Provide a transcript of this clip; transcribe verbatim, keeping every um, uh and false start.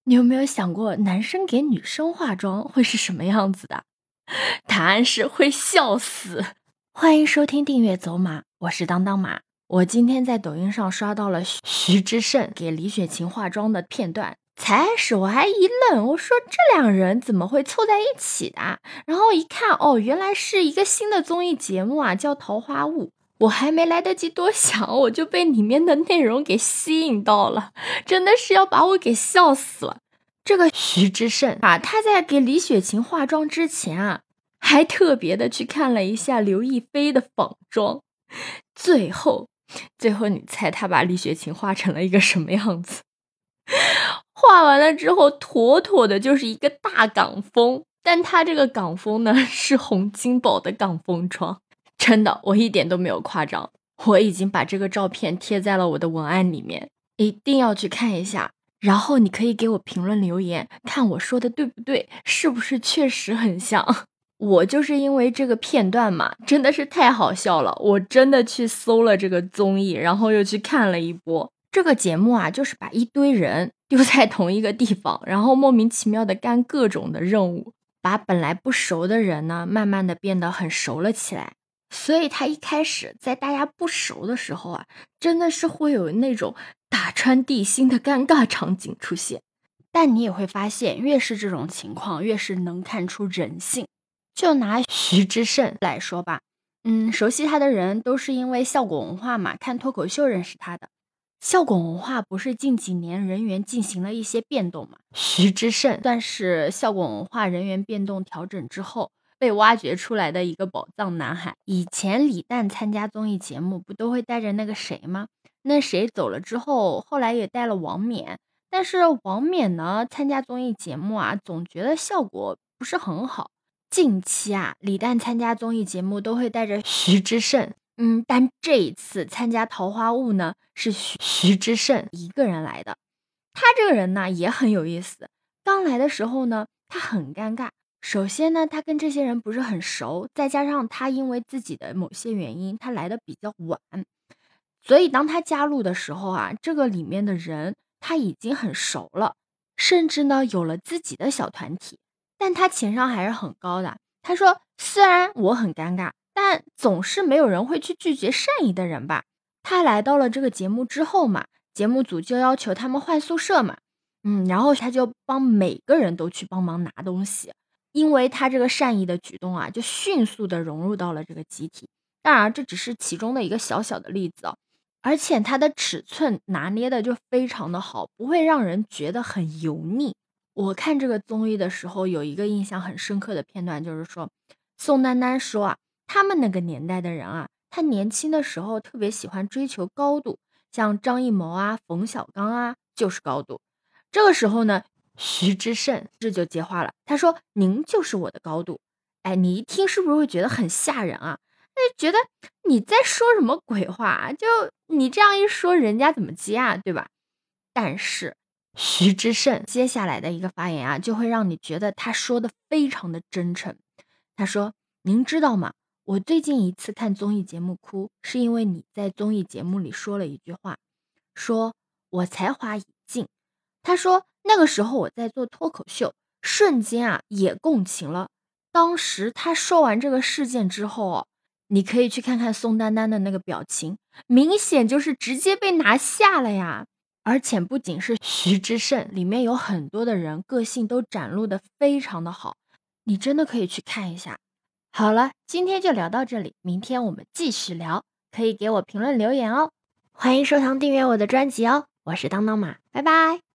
你有没有想过，男生给女生化妆会是什么样子的？答案是会笑死。欢迎收听订阅走马，我是当当马。我今天在抖音上刷到了徐徐志胜给李雪琴化妆的片段，才开始我还一愣，我说这两人怎么会凑在一起的？然后一看，哦，原来是一个新的综艺节目啊，叫《桃花坞》。我还没来得及多想，我就被里面的内容给吸引到了，真的是要把我给笑死了。这个徐志胜啊，他在给李雪琴化妆之前啊，还特别的去看了一下刘亦菲的仿妆。最后，最后你猜他把李雪琴画成了一个什么样子？画完了之后，妥妥的就是一个大港风，但他这个港风呢，是洪金宝的港风妆。真的，我一点都没有夸张，我已经把这个照片贴在了我的文案里面，一定要去看一下。然后你可以给我评论留言，看我说的对不对，是不是确实很像。我就是因为这个片段嘛，真的是太好笑了，我真的去搜了这个综艺，然后又去看了一波。这个节目啊，就是把一堆人丢在同一个地方，然后莫名其妙的干各种的任务，把本来不熟的人呢，慢慢的变得很熟了起来。所以他一开始在大家不熟的时候啊，真的是会有那种打穿地心的尴尬场景出现。但你也会发现，越是这种情况，越是能看出人性。就拿徐志胜来说吧，嗯，熟悉他的人都是因为效果文化嘛，看脱口秀认识他的。效果文化不是近几年人员进行了一些变动嘛？徐志胜算是效果文化人员变动调整之后被挖掘出来的一个宝藏男孩。以前李诞参加综艺节目不都会带着那个谁吗？那谁走了之后，后来也带了王冕。但是王冕呢，参加综艺节目啊，总觉得效果不是很好。近期啊，李诞参加综艺节目都会带着徐志胜，嗯，但这一次参加桃花坞呢，是徐徐志胜一个人来的。他这个人呢也很有意思，刚来的时候呢，他很尴尬。首先呢，他跟这些人不是很熟，再加上他因为自己的某些原因，他来的比较晚，所以当他加入的时候啊，这个里面的人他已经很熟了，甚至呢有了自己的小团体。但他情商还是很高的，他说虽然我很尴尬，但总是没有人会去拒绝善意的人吧。他来到了这个节目之后嘛，节目组就要求他们换宿舍嘛，嗯，然后他就帮每个人都去帮忙拿东西，因为他这个善意的举动啊，就迅速的融入到了这个集体。当然这只是其中的一个小小的例子啊，而且他的尺寸拿捏的就非常的好，不会让人觉得很油腻。我看这个综艺的时候，有一个印象很深刻的片段，就是说宋丹丹说啊，他们那个年代的人啊，他年轻的时候特别喜欢追求高度，像张艺谋啊、冯小刚啊，就是高度。这个时候呢，徐志胜这就接话了，他说您就是我的高度。哎，你一听是不是会觉得很吓人啊？哎，觉得你在说什么鬼话啊？就你这样一说，人家怎么接啊，对吧？但是徐志胜接下来的一个发言啊，就会让你觉得他说的非常的真诚。他说您知道吗，我最近一次看综艺节目哭，是因为你在综艺节目里说了一句话，说我才华已尽。他说那个时候我在做脱口秀，瞬间啊也共情了。当时他说完这个事件之后哦，你可以去看看宋丹丹的那个表情，明显就是直接被拿下了呀。而且不仅是徐志胜，里面有很多的人个性都展露的非常的好，你真的可以去看一下。好了，今天就聊到这里，明天我们继续聊，可以给我评论留言哦。欢迎收藏订阅我的专辑哦，我是当当马，拜拜。